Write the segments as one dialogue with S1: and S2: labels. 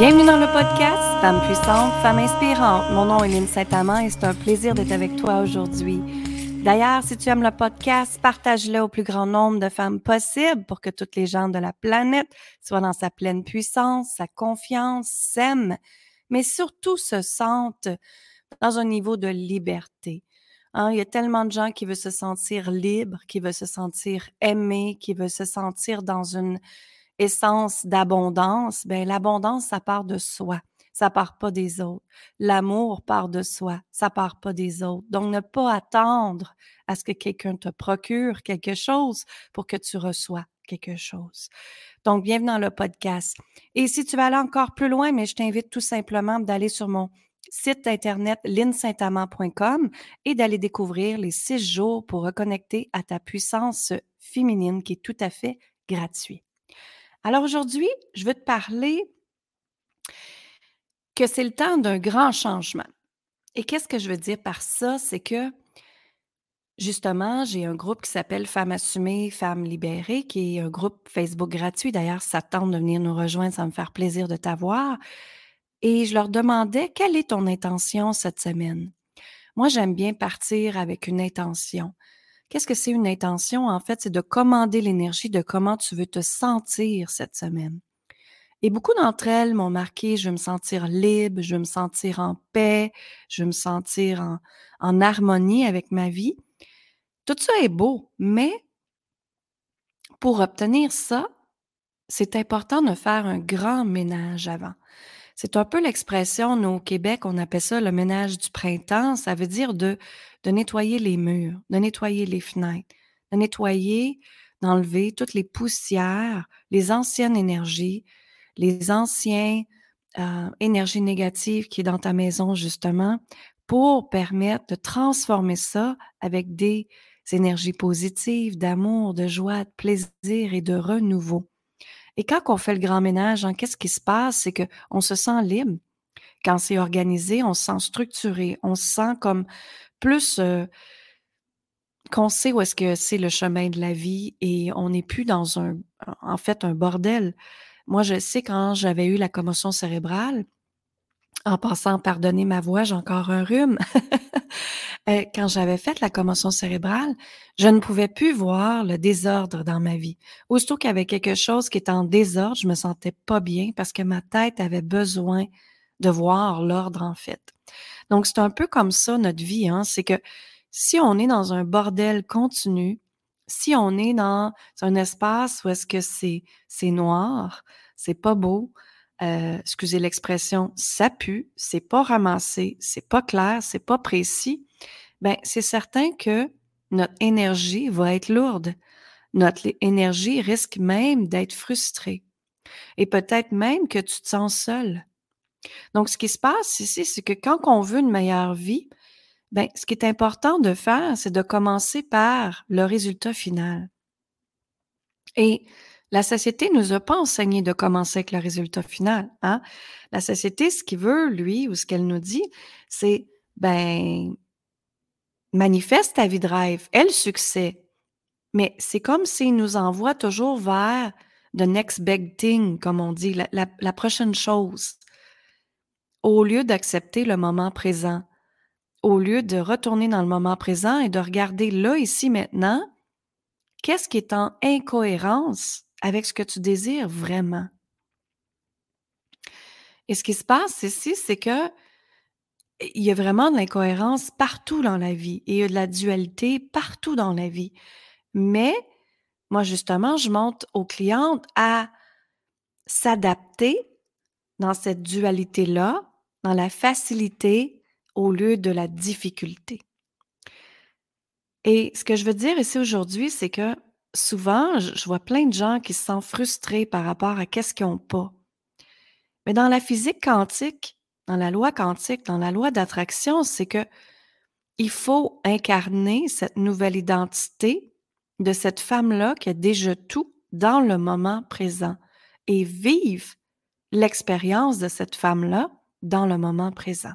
S1: Bienvenue dans le podcast Femmes puissantes, Femmes inspirantes. Mon nom est Lynne Saint-Amand et c'est un plaisir d'être avec toi aujourd'hui. D'ailleurs, si tu aimes le podcast, partage-le au plus grand nombre de femmes possible pour que toutes les gens de la planète soient dans sa pleine puissance, sa confiance, s'aiment, mais surtout se sentent dans un niveau de liberté. Il y a tellement de gens qui veulent se sentir libres, qui veulent se sentir aimés, qui veulent se sentir dans une essence d'abondance. Ben, l'abondance, ça part de soi. Ça part pas des autres. L'amour part de soi. Ça part pas des autres. Donc, ne pas attendre à ce que quelqu'un te procure quelque chose pour que tu reçois quelque chose. Donc, bienvenue dans le podcast. Et si tu veux aller encore plus loin, mais je t'invite tout simplement d'aller sur mon site internet linsaintamant.com et d'aller découvrir les 6 jours pour reconnecter à ta puissance féminine qui est tout à fait gratuit. Alors aujourd'hui, je veux te parler que c'est le temps d'un grand changement. Et qu'est-ce que je veux dire par ça? C'est que, justement, j'ai un groupe qui s'appelle Femmes assumées, Femmes libérées, qui est un groupe Facebook gratuit. D'ailleurs, si ça te tente de venir nous rejoindre, ça va me faire plaisir de t'avoir. Et je leur demandais, quelle est ton intention cette semaine? Moi, j'aime bien partir avec une intention. Qu'est-ce que c'est une intention? En fait, c'est de commander l'énergie de comment tu veux te sentir cette semaine. Et beaucoup d'entre elles m'ont marqué: «Je veux me sentir libre, je veux me sentir en paix, je veux me sentir en harmonie avec ma vie». Tout ça est beau, mais pour obtenir ça, c'est important de faire un grand ménage avant. C'est un peu l'expression, nous, au Québec, on appelle ça le ménage du printemps. Ça veut dire de nettoyer les murs, de nettoyer les fenêtres, de nettoyer, d'enlever toutes les poussières, les anciennes énergies, les anciens énergies négatives qui est dans ta maison, justement, pour permettre de transformer ça avec des énergies positives, d'amour, de joie, de plaisir et de renouveau. Et quand on fait le grand ménage, qu'est-ce qui se passe? C'est qu'on se sent libre. Quand c'est organisé, on se sent structuré. On se sent comme plus qu'on sait où est-ce que c'est le chemin de la vie et on n'est plus dans en fait, un bordel. Moi, je sais quand j'avais eu la commotion cérébrale, en passant, pardonnez ma voix, j'ai encore un rhume. Quand j'avais fait la commotion cérébrale, je ne pouvais plus voir le désordre dans ma vie. Aussitôt qu'il y avait quelque chose qui était en désordre, je me sentais pas bien parce que ma tête avait besoin de voir l'ordre, en fait. Donc, c'est un peu comme ça notre vie, c'est que si on est dans un bordel continu, si on est dans un espace où est-ce que c'est noir, c'est pas beau, excusez l'expression, ça pue, c'est pas ramassé, c'est pas clair, c'est pas précis, ben c'est certain que notre énergie va être lourde. Notre énergie risque même d'être frustrée et peut-être même que tu te sens seul. Donc, ce qui se passe ici, c'est que quand on veut une meilleure vie, ben, ce qui est important de faire, c'est de commencer par le résultat final. Et la société nous a pas enseigné de commencer avec le résultat final, hein? La société, ce qu'il veut, lui, ou ce qu'elle nous dit, c'est, ben, manifeste ta vie de rêve, aie le succès. Mais c'est comme s'il nous envoie toujours vers the next big thing, comme on dit, la prochaine chose, au lieu d'accepter le moment présent. Au lieu de retourner dans le moment présent et de regarder là, ici, maintenant, qu'est-ce qui est en incohérence avec ce que tu désires vraiment? Et ce qui se passe ici, c'est que il y a vraiment de l'incohérence partout dans la vie et il y a de la dualité partout dans la vie. Mais moi, justement, je montre aux clientes à s'adapter dans cette dualité-là, dans la facilité au lieu de la difficulté. Et ce que je veux dire ici aujourd'hui, c'est que souvent, je vois plein de gens qui se sentent frustrés par rapport à qu'est-ce qu'ils n'ont pas. Mais dans la physique quantique, dans la loi quantique, dans la loi d'attraction, c'est que il faut incarner cette nouvelle identité de cette femme-là qui a déjà tout dans le moment présent et vivre l'expérience de cette femme-là dans le moment présent.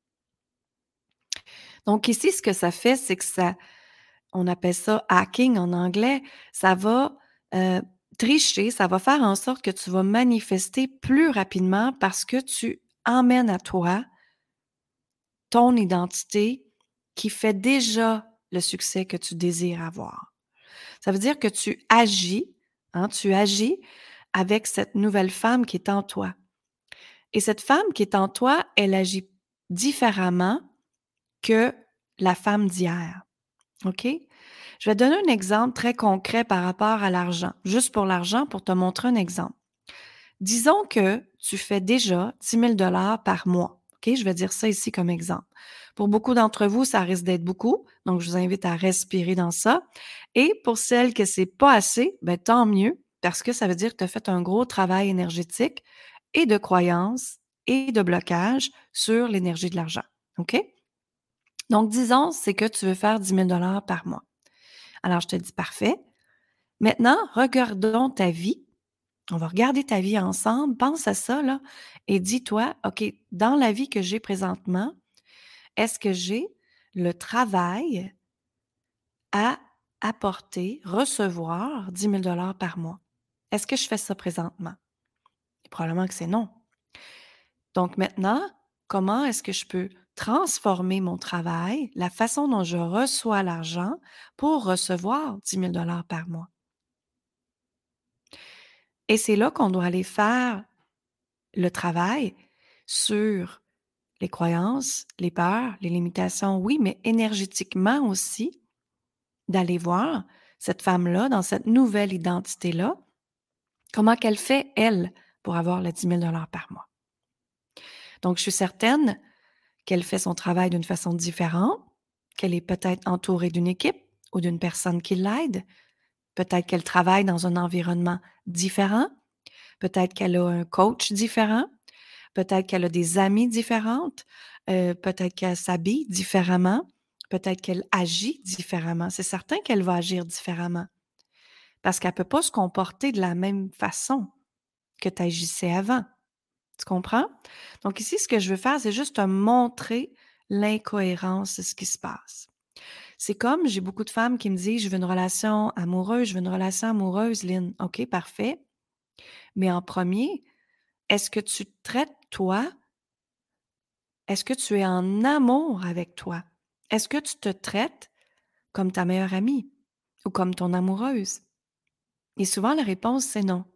S1: Donc ici, ce que ça fait, c'est que ça on appelle ça hacking en anglais, ça va, tricher, ça va faire en sorte que tu vas manifester plus rapidement parce que tu emmènes à toi ton identité qui fait déjà le succès que tu désires avoir. Ça veut dire que tu agis avec cette nouvelle femme qui est en toi. Et cette femme qui est en toi, elle agit différemment que la femme d'hier. OK? Je vais te donner un exemple très concret par rapport à l'argent, juste pour l'argent, pour te montrer un exemple. Disons que tu fais déjà 10 000 $ par mois. OK? Je vais dire ça ici comme exemple. Pour beaucoup d'entre vous, ça risque d'être beaucoup. Donc, je vous invite à respirer dans ça. Et pour celles que c'est pas assez, ben, tant mieux, parce que ça veut dire que tu as fait un gros travail énergétique et de croyance et de blocage sur l'énergie de l'argent. OK? Donc, disons, c'est que tu veux faire 10 000 $ par mois. Alors, je te dis parfait. Maintenant, regardons ta vie. On va regarder ta vie ensemble. Pense à ça, là, et dis-toi, OK, dans la vie que j'ai présentement, est-ce que j'ai le travail à apporter, recevoir 10 000 $ par mois? Est-ce que je fais ça présentement? Et probablement que c'est non. Donc maintenant, comment est-ce que je peux transformer mon travail, la façon dont je reçois l'argent pour recevoir 10 000 $ par mois? Et c'est là qu'on doit aller faire le travail sur les croyances, les peurs, les limitations, oui, mais énergétiquement aussi, d'aller voir cette femme-là, dans cette nouvelle identité-là, comment qu'elle fait, elle, pour avoir les 10 000 $ par mois. Donc, je suis certaine qu'elle fait son travail d'une façon différente, qu'elle est peut-être entourée d'une équipe ou d'une personne qui l'aide, peut-être qu'elle travaille dans un environnement différent, peut-être qu'elle a un coach différent, peut-être qu'elle a des amies différentes, peut-être qu'elle s'habille différemment, peut-être qu'elle agit différemment. C'est certain qu'elle va agir différemment parce qu'elle ne peut pas se comporter de la même façon que tu agissais avant. Tu comprends? Donc ici, ce que je veux faire, c'est juste te montrer l'incohérence de ce qui se passe. C'est comme, j'ai beaucoup de femmes qui me disent, je veux une relation amoureuse, je veux une relation amoureuse, Lynn. OK, parfait. Mais en premier, est-ce que tu te traites, toi, est-ce que tu es en amour avec toi? Est-ce que tu te traites comme ta meilleure amie ou comme ton amoureuse? Et souvent, la réponse, c'est non.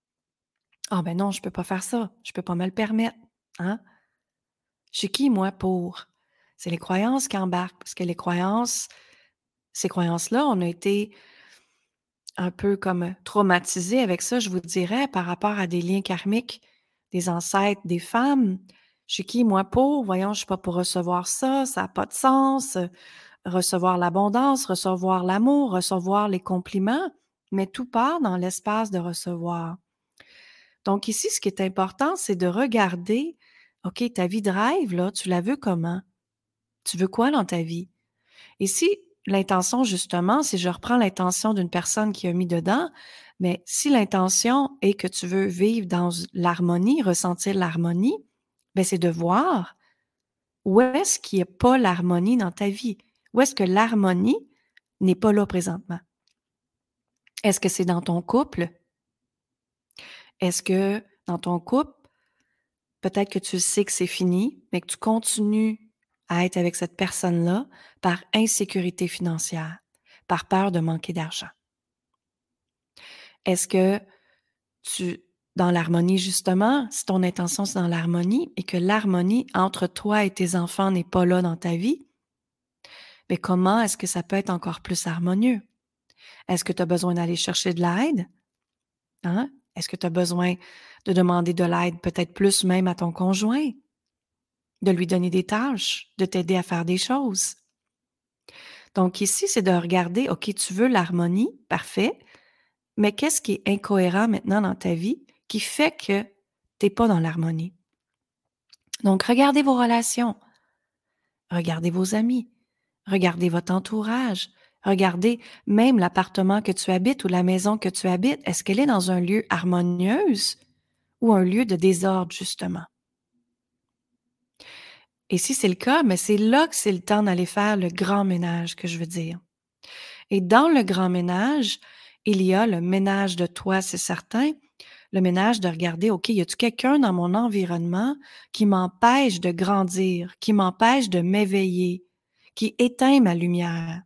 S1: Ah ben non, je peux pas faire ça. Je peux pas me le permettre. Hein? Je suis qui, moi, pour? C'est les croyances qui embarquent, parce que les croyances, ces croyances-là, on a été un peu comme traumatisés avec ça, je vous dirais, par rapport à des liens karmiques des ancêtres, des femmes. Je suis qui, moi, pour? Voyons, je suis pas pour recevoir ça, ça n'a pas de sens. Recevoir l'abondance, recevoir l'amour, recevoir les compliments, mais tout part dans l'espace de recevoir. Donc ici, ce qui est important, c'est de regarder, OK, ta vie de rêve, là, tu la veux comment? Tu veux quoi dans ta vie? Et si l'intention, justement, si je reprends l'intention d'une personne qui a mis dedans, mais si l'intention est que tu veux vivre dans l'harmonie, ressentir l'harmonie, ben c'est de voir où est-ce qu'il n'y a pas l'harmonie dans ta vie? Où est-ce que l'harmonie n'est pas là présentement? Est-ce que c'est dans ton couple? Est-ce que dans ton couple, peut-être que tu sais que c'est fini, mais que tu continues à être avec cette personne-là par insécurité financière, par peur de manquer d'argent? Est-ce que tu, dans l'harmonie justement, si ton intention c'est dans l'harmonie et que l'harmonie entre toi et tes enfants n'est pas là dans ta vie, mais comment est-ce que ça peut être encore plus harmonieux? Est-ce que tu as besoin d'aller chercher de l'aide? Hein? Est-ce que tu as besoin de demander de l'aide peut-être plus même à ton conjoint? De lui donner des tâches, de t'aider à faire des choses? Donc ici, c'est de regarder, OK, tu veux l'harmonie, parfait, mais qu'est-ce qui est incohérent maintenant dans ta vie qui fait que tu n'es pas dans l'harmonie? Donc, regardez vos relations, regardez vos amis, regardez votre entourage, regardez même l'appartement que tu habites ou la maison que tu habites. Est-ce qu'elle est dans un lieu harmonieuse ou un lieu de désordre, justement? Et si c'est le cas, mais c'est là que c'est le temps d'aller faire le grand ménage que je veux dire. Et dans le grand ménage, Il y a le ménage de toi, c'est certain. Le ménage de regarder, OK, y a-tu quelqu'un dans mon environnement qui m'empêche de grandir, qui m'empêche de m'éveiller, qui éteint ma lumière?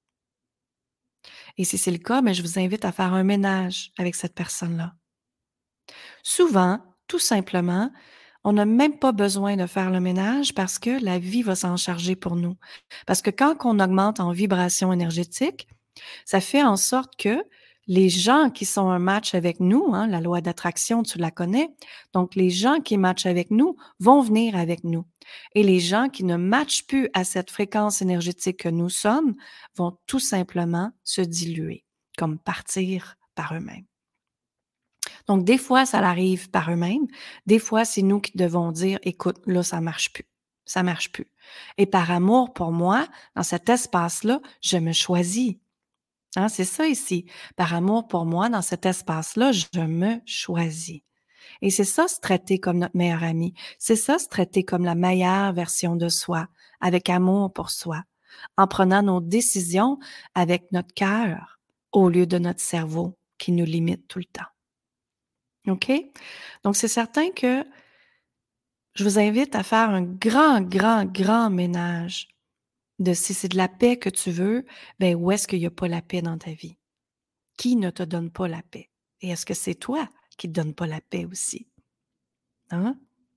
S1: Et si c'est le cas, ben, je vous invite à faire un ménage avec cette personne-là. Souvent, tout simplement, on n'a même pas besoin de faire le ménage parce que la vie va s'en charger pour nous. Parce que quand on augmente en vibration énergétique, ça fait en sorte que les gens qui sont un match avec nous, hein, la loi d'attraction, tu la connais, donc les gens qui matchent avec nous vont venir avec nous. Et les gens qui ne matchent plus à cette fréquence énergétique que nous sommes vont tout simplement se diluer, comme partir par eux-mêmes. Donc, des fois, ça arrive par eux-mêmes. Des fois, c'est nous qui devons dire, écoute, là, ça marche plus. Ça marche plus. Et par amour pour moi, dans cet espace-là, je me choisis. Hein, c'est ça ici. Par amour pour moi, dans cet espace-là, je me choisis. Et c'est ça, se traiter comme notre meilleur ami. C'est ça, se traiter comme la meilleure version de soi, avec amour pour soi, en prenant nos décisions avec notre cœur au lieu de notre cerveau qui nous limite tout le temps. OK? Donc, c'est certain que je vous invite à faire un grand, grand, grand ménage de si c'est de la paix que tu veux, ben où est-ce qu'il n'y a pas la paix dans ta vie? Qui ne te donne pas la paix? Et est-ce que c'est toi qui ne te donne pas la paix aussi? Hein?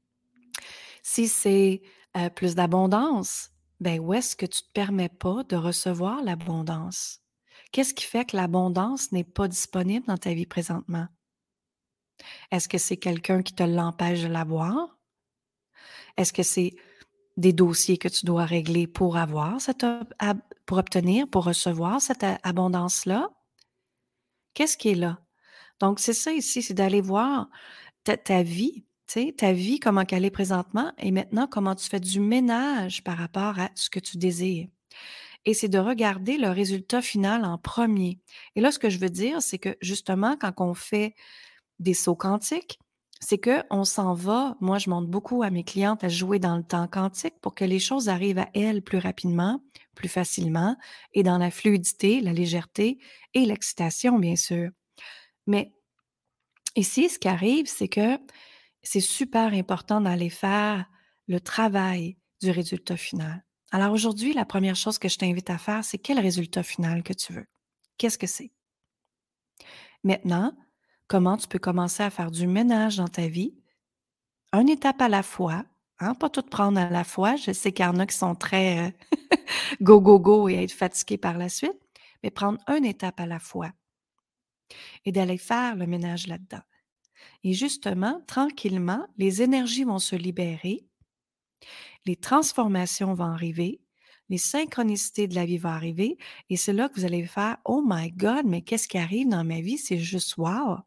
S1: Si c'est plus d'abondance, ben où est-ce que tu ne te permets pas de recevoir l'abondance? Qu'est-ce qui fait que l'abondance n'est pas disponible dans ta vie présentement? Est-ce que c'est quelqu'un qui te l'empêche de l'avoir? Est-ce que c'est des dossiers que tu dois régler pour avoir pour obtenir, pour recevoir cette abondance-là? Qu'est-ce qui est là? Donc, c'est ça ici, c'est d'aller voir ta vie, tu sais, ta vie, comment qu'elle est présentement et maintenant, comment tu fais du ménage par rapport à ce que tu désires. Et c'est de regarder le résultat final en premier. Et là, ce que je veux dire, c'est que justement, quand on fait des sauts quantiques, c'est qu'on s'en va, moi je montre beaucoup à mes clientes à jouer dans le temps quantique pour que les choses arrivent à elles plus rapidement, plus facilement et dans la fluidité, la légèreté et l'excitation, bien sûr. Mais ici, ce qui arrive, c'est que c'est super important d'aller faire le travail du résultat final. Alors aujourd'hui, la première chose que je t'invite à faire, c'est quel résultat final que tu veux? Qu'est-ce que c'est? Maintenant, comment tu peux commencer à faire du ménage dans ta vie, une étape à la fois, hein, pas tout prendre à la fois. Je sais qu'il y en a qui sont très go, go, go et être fatigués par la suite, mais prendre une étape à la fois et d'aller faire le ménage là-dedans. Et justement, tranquillement, les énergies vont se libérer, les transformations vont arriver, les synchronicités de la vie vont arriver, et c'est là que vous allez faire Oh my God, mais qu'est-ce qui arrive dans ma vie? C'est juste wow!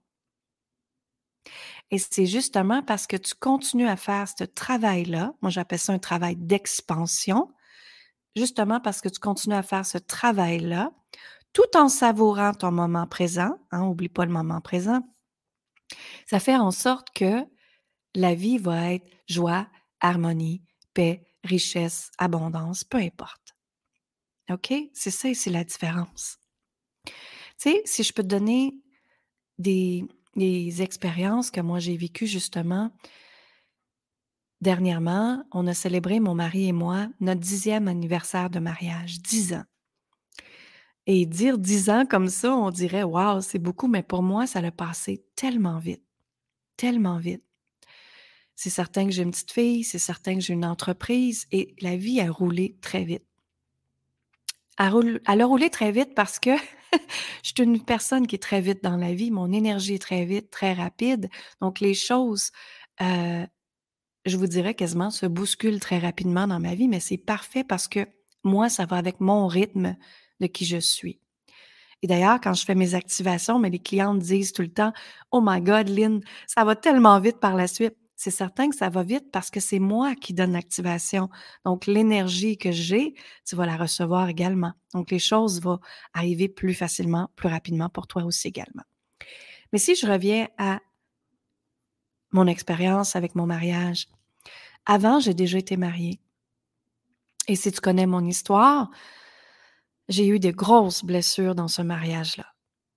S1: Et c'est justement parce que tu continues à faire ce travail-là, moi j'appelle ça un travail d'expansion, justement parce que tu continues à faire ce travail-là, tout en savourant ton moment présent, hein, oublie pas le moment présent, ça fait en sorte que la vie va être joie, harmonie, paix, richesse, abondance, peu importe. OK? C'est ça et c'est la différence. Tu sais, si je peux te donner des, des expériences que moi j'ai vécues justement, dernièrement, on a célébré, mon mari et moi, notre 10e anniversaire de mariage, 10 ans. Et dire 10 ans comme ça, on dirait: «Waouh, c'est beaucoup», mais pour moi, ça l'a passé tellement vite, tellement vite. C'est certain que j'ai une petite fille, c'est certain que j'ai une entreprise et la vie a roulé très vite. Elle a roulé très vite parce que je suis une personne qui est très vite dans la vie, mon énergie est très vite, très rapide, donc les choses, heu, je vous dirais quasiment se bousculent très rapidement dans ma vie, mais c'est parfait parce que moi, ça va avec mon rythme de qui je suis. Et d'ailleurs, quand je fais mes activations, mais les clientes disent tout le temps: «Oh my God, Lynn, ça va tellement vite par la suite». C'est certain que ça va vite parce que c'est moi qui donne l'activation. Donc l'énergie que j'ai, tu vas la recevoir également. Donc les choses vont arriver plus facilement, plus rapidement pour toi aussi également. Mais si je reviens à mon expérience avec mon mariage, avant, j'ai déjà été mariée et si tu connais mon histoire, j'ai eu de grosses blessures dans ce mariage-là.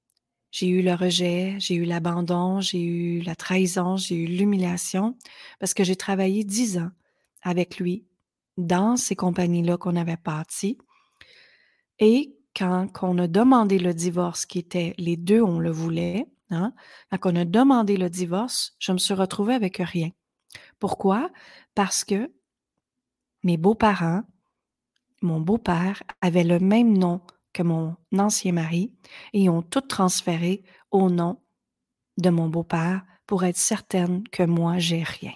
S1: J'ai eu le rejet, j'ai eu l'abandon, j'ai eu la trahison, j'ai eu l'humiliation parce que j'ai travaillé 10 ans avec lui dans ces compagnies-là qu'on avait bâties et quand on a demandé le divorce, qui était les 2 on le voulait, hein, quand on a demandé le divorce, je me suis retrouvée avec rien. Pourquoi? Parce que mes beaux-parents, mon beau-père avait le même nom que mon ancien mari et ils ont tout transféré au nom de mon beau-père pour être certaine que moi, j'ai rien.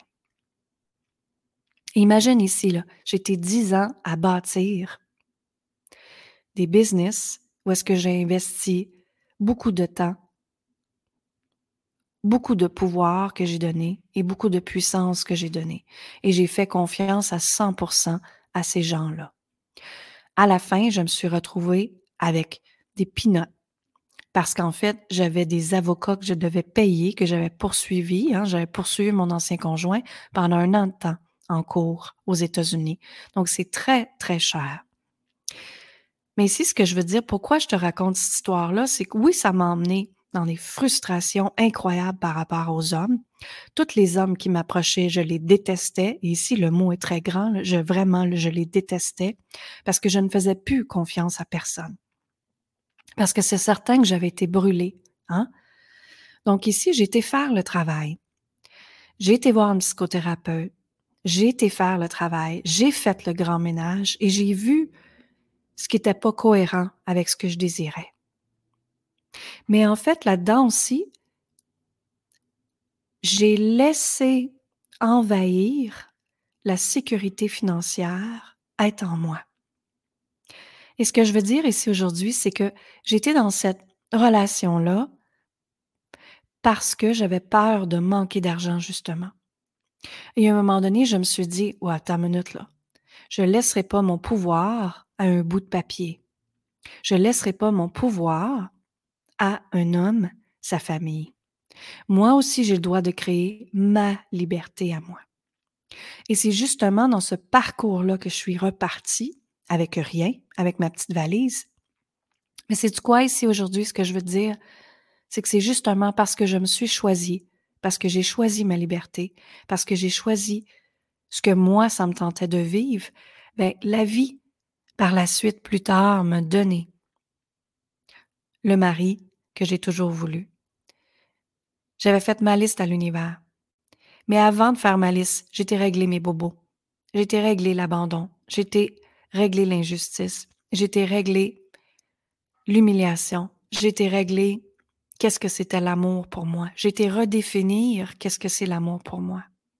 S1: Imagine ici, là, j'ai été 10 ans à bâtir des business où est-ce que j'ai investi beaucoup de temps, beaucoup de pouvoir que j'ai donné et beaucoup de puissance que j'ai donné. Et j'ai fait confiance à 100% à ces gens-là. À la fin, je me suis retrouvée avec des peanuts parce qu'en fait, j'avais des avocats que je devais payer, que j'avais poursuivis, hein. J'avais poursuivi mon ancien conjoint pendant 1 an de temps en cours aux États-Unis. Donc, c'est très, très cher. Mais ici, ce que je veux dire, pourquoi je te raconte cette histoire-là, c'est que oui, ça m'a emmené dans des frustrations incroyables par rapport aux hommes. Tous les hommes qui m'approchaient, je les détestais. Et ici, le mot est très grand. Là, je les détestais parce que je ne faisais plus confiance à personne. Parce que c'est certain que j'avais été brûlée, hein? Donc ici, j'ai été faire le travail. J'ai été voir une psychothérapeute. J'ai été faire le travail. J'ai fait le grand ménage et j'ai vu ce qui n'était pas cohérent avec ce que je désirais. Mais en fait, là-dedans aussi, j'ai laissé envahir la sécurité financière être en moi. Et ce que je veux dire ici aujourd'hui, c'est que j'étais dans cette relation-là parce que j'avais peur de manquer d'argent, justement. Et à un moment donné, je me suis dit: «Ouais, attends une minute là. Je ne laisserai pas mon pouvoir à un bout de papier. Je ne laisserai pas mon pouvoir à un homme, sa famille. Moi aussi, j'ai le droit de créer ma liberté à moi». Et c'est justement dans ce parcours-là que je suis repartie avec rien, avec ma petite valise. Mais sais-tu quoi ici aujourd'hui, ce que je veux te dire? C'est que c'est justement parce que je me suis choisie, parce que j'ai choisi ma liberté, parce que j'ai choisi ce que moi, ça me tentait de vivre, ben, la vie, par la suite, plus tard, m'a donné le mari que j'ai toujours voulu. J'avais fait ma liste à l'univers. Mais avant de faire ma liste, j'étais réglé mes bobos. J'étais réglé l'abandon. J'étais réglé l'injustice. J'étais réglé l'humiliation. J'étais réglé qu'est-ce que c'était l'amour pour moi. J'étais redéfinir qu'est-ce que c'est l'amour pour moi.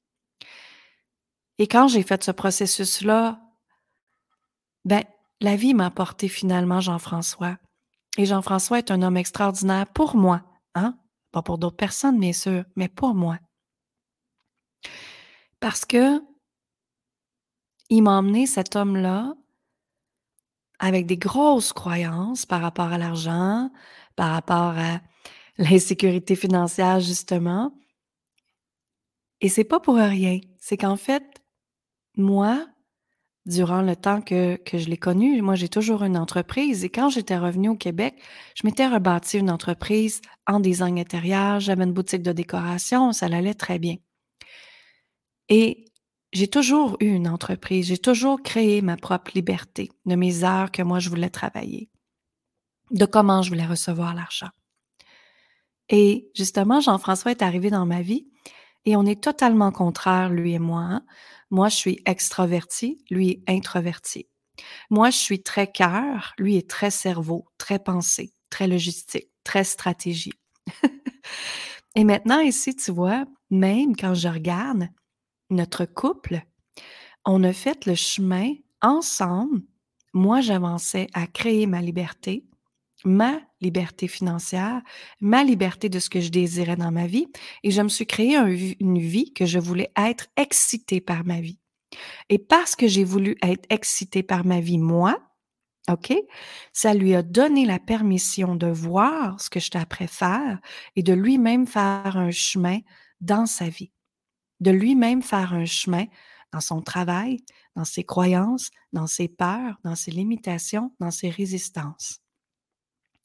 S1: Et quand j'ai fait ce processus-là, ben, la vie m'a apporté finalement Jean-François. Et Jean-François est un homme extraordinaire pour moi, hein? Pas pour d'autres personnes, bien sûr, mais pour moi. Parce que il m'a emmené, cet homme-là, avec des grosses croyances par rapport à l'argent, par rapport à l'insécurité financière, justement. Et c'est pas pour rien. C'est qu'en fait, moi, durant le temps que je l'ai connu, moi, j'ai toujours une entreprise et quand j'étais revenue au Québec, je m'étais rebâtie une entreprise en design intérieur, j'avais une boutique de décoration, ça allait très bien. Et j'ai toujours eu une entreprise, j'ai toujours créé ma propre liberté de mes heures que moi je voulais travailler, de comment je voulais recevoir l'argent. Et justement, Jean-François est arrivé dans ma vie et on est totalement contraires, lui et moi, hein. Moi, je suis extravertie, lui est introverti. Moi, je suis très cœur, lui est très cerveau, très pensée, très logistique, très stratégie. Et maintenant, ici, tu vois, même quand je regarde notre couple, on a fait le chemin ensemble. Moi, j'avançais à créer ma liberté financière, ma liberté de ce que je désirais dans ma vie et je me suis créé une vie que je voulais être excitée par ma vie. Et parce que j'ai voulu être excitée par ma vie, moi, OK, ça lui a donné la permission de voir ce que j'étais après faire et de lui-même faire un chemin dans sa vie, de lui-même faire un chemin dans son travail, dans ses croyances, dans ses peurs, dans ses limitations, dans ses résistances.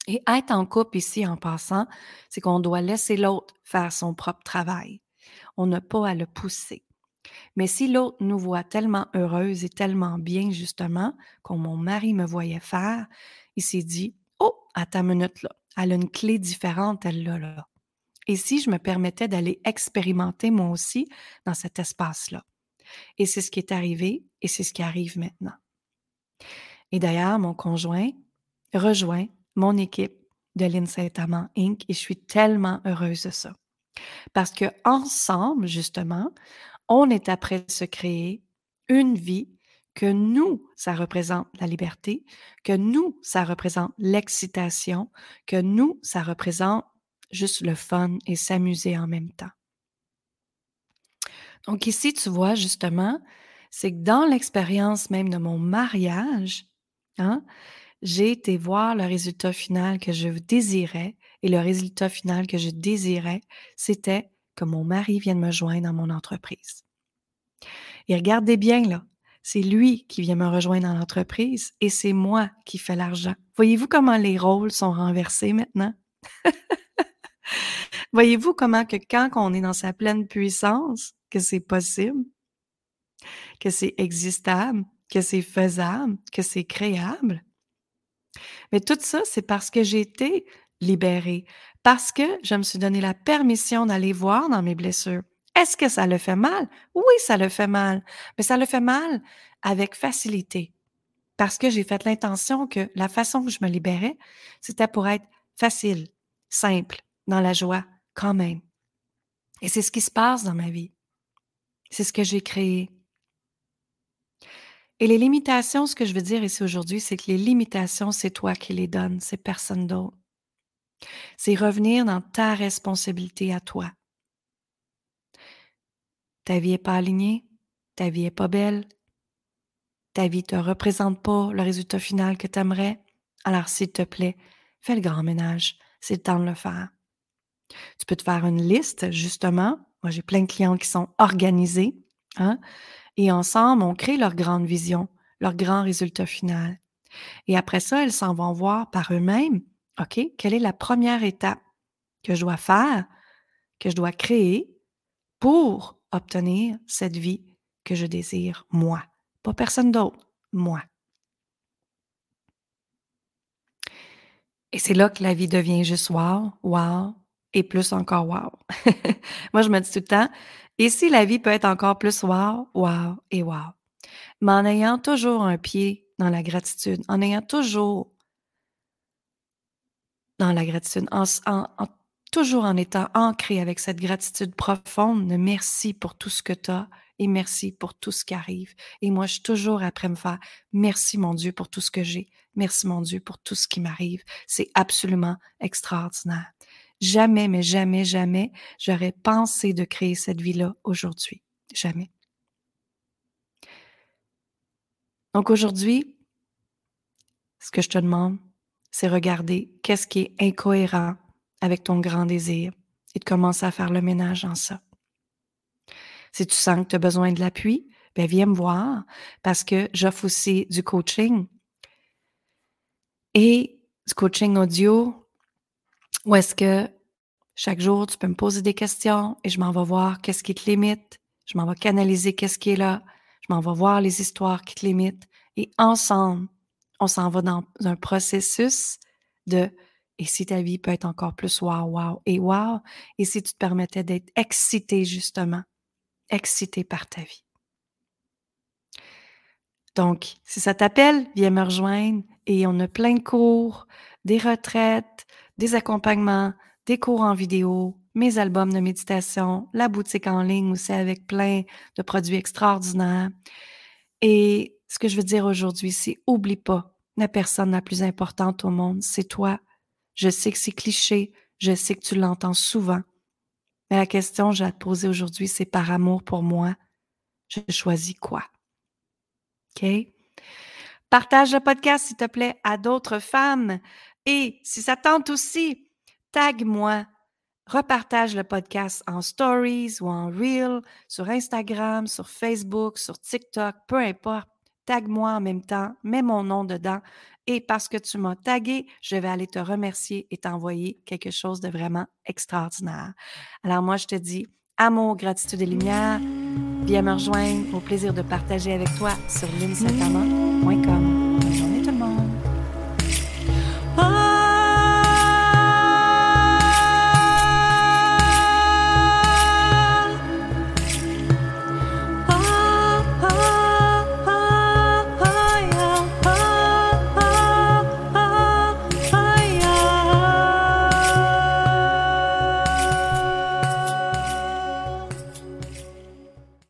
S1: Et être en couple ici, en passant, c'est qu'on doit laisser l'autre faire son propre travail. On n'a pas à le pousser. Mais si l'autre nous voit tellement heureuse et tellement bien, justement, comme mon mari me voyait faire, il s'est dit: «Oh, attends une minute là, elle a une clé différente, elle-là, là. Et si je me permettais d'aller expérimenter moi aussi dans cet espace-là?» Et c'est ce qui est arrivé et c'est ce qui arrive maintenant. Et d'ailleurs, mon conjoint rejoint mon équipe de Lynn Saint-Amand Inc. et je suis tellement heureuse de ça. Parce qu'ensemble, justement, on est après se créer une vie que nous, ça représente la liberté, que nous, ça représente l'excitation, que nous, ça représente juste le fun et s'amuser en même temps. Donc ici, tu vois, justement, c'est que dans l'expérience même de mon mariage, hein, j'ai été voir le résultat final que je désirais et le résultat final que je désirais, c'était que mon mari vienne me joindre dans mon entreprise. Et regardez bien, là, c'est lui qui vient me rejoindre dans l'entreprise et c'est moi qui fais l'argent. Voyez-vous comment les rôles sont renversés maintenant? Voyez-vous comment que quand on est dans sa pleine puissance, que c'est possible, que c'est existable, que c'est faisable, que c'est créable? Mais tout ça, c'est parce que j'ai été libérée, parce que je me suis donné la permission d'aller voir dans mes blessures. Est-ce que ça le fait mal? Oui, ça le fait mal, mais ça le fait mal avec facilité, parce que j'ai fait l'intention que la façon que je me libérais, c'était pour être facile, simple, dans la joie, quand même. Et c'est ce qui se passe dans ma vie. C'est ce que j'ai créé. Et les limitations, ce que je veux dire ici aujourd'hui, c'est que les limitations, c'est toi qui les donnes, c'est personne d'autre. C'est revenir dans ta responsabilité à toi. Ta vie est pas alignée, ta vie est pas belle, ta vie te représente pas le résultat final que tu aimerais. Alors, s'il te plaît, fais le grand ménage. C'est le temps de le faire. Tu peux te faire une liste, justement. Moi, j'ai plein de clients qui sont organisés, hein, et ensemble, on crée leur grande vision, leur grand résultat final. Et après ça, elles s'en vont voir par eux-mêmes, OK, quelle est la première étape que je dois faire, que je dois créer pour obtenir cette vie que je désire, moi. Pas personne d'autre, moi. Et c'est là que la vie devient juste wow, wow et plus encore wow. Moi, je me dis tout le temps, et si la vie peut être encore plus wow, wow et wow? Mais en ayant toujours un pied dans la gratitude, en ayant toujours dans la gratitude, toujours en étant ancré avec cette gratitude profonde de merci pour tout ce que tu as et merci pour tout ce qui arrive. Et moi, je suis toujours après me faire merci mon Dieu pour tout ce que j'ai. Merci mon Dieu pour tout ce qui m'arrive. C'est absolument extraordinaire. Jamais, mais jamais, jamais, j'aurais pensé de créer cette vie-là aujourd'hui. Jamais. Donc aujourd'hui, ce que je te demande, c'est regarder qu'est-ce qui est incohérent avec ton grand désir et de commencer à faire le ménage en ça. Si tu sens que tu as besoin de l'appui, ben viens me voir parce que j'offre aussi du coaching et du coaching audio où est-ce que chaque jour, tu peux me poser des questions et je m'en vais voir qu'est-ce qui te limite. Je m'en vais canaliser qu'est-ce qui est là. Je m'en vais voir les histoires qui te limitent. Et ensemble, on s'en va dans un processus de et si ta vie peut être encore plus wow, wow et wow, et si tu te permettais d'être excité justement, excité par ta vie. Donc, si ça t'appelle, viens me rejoindre et on a plein de cours, des retraites, des accompagnements, des cours en vidéo, mes albums de méditation, la boutique en ligne aussi avec plein de produits extraordinaires. Et ce que je veux dire aujourd'hui, c'est oublie pas, la personne la plus importante au monde, c'est toi. Je sais que c'est cliché, je sais que tu l'entends souvent, mais la question que j'ai à te poser aujourd'hui, c'est par amour pour moi, je choisis quoi? OK? Partage le podcast, s'il te plaît, à d'autres femmes. Et si ça tente aussi, tag-moi. Repartage le podcast en stories ou en reel, sur Instagram, sur Facebook, sur TikTok, peu importe. tague-moi en même temps, mets mon nom dedans et parce que tu m'as tagué, je vais aller te remercier et t'envoyer quelque chose de vraiment extraordinaire. Alors moi, je te dis amour, gratitude et lumière. Viens me rejoindre, au plaisir de partager avec toi sur linsaintamant.com.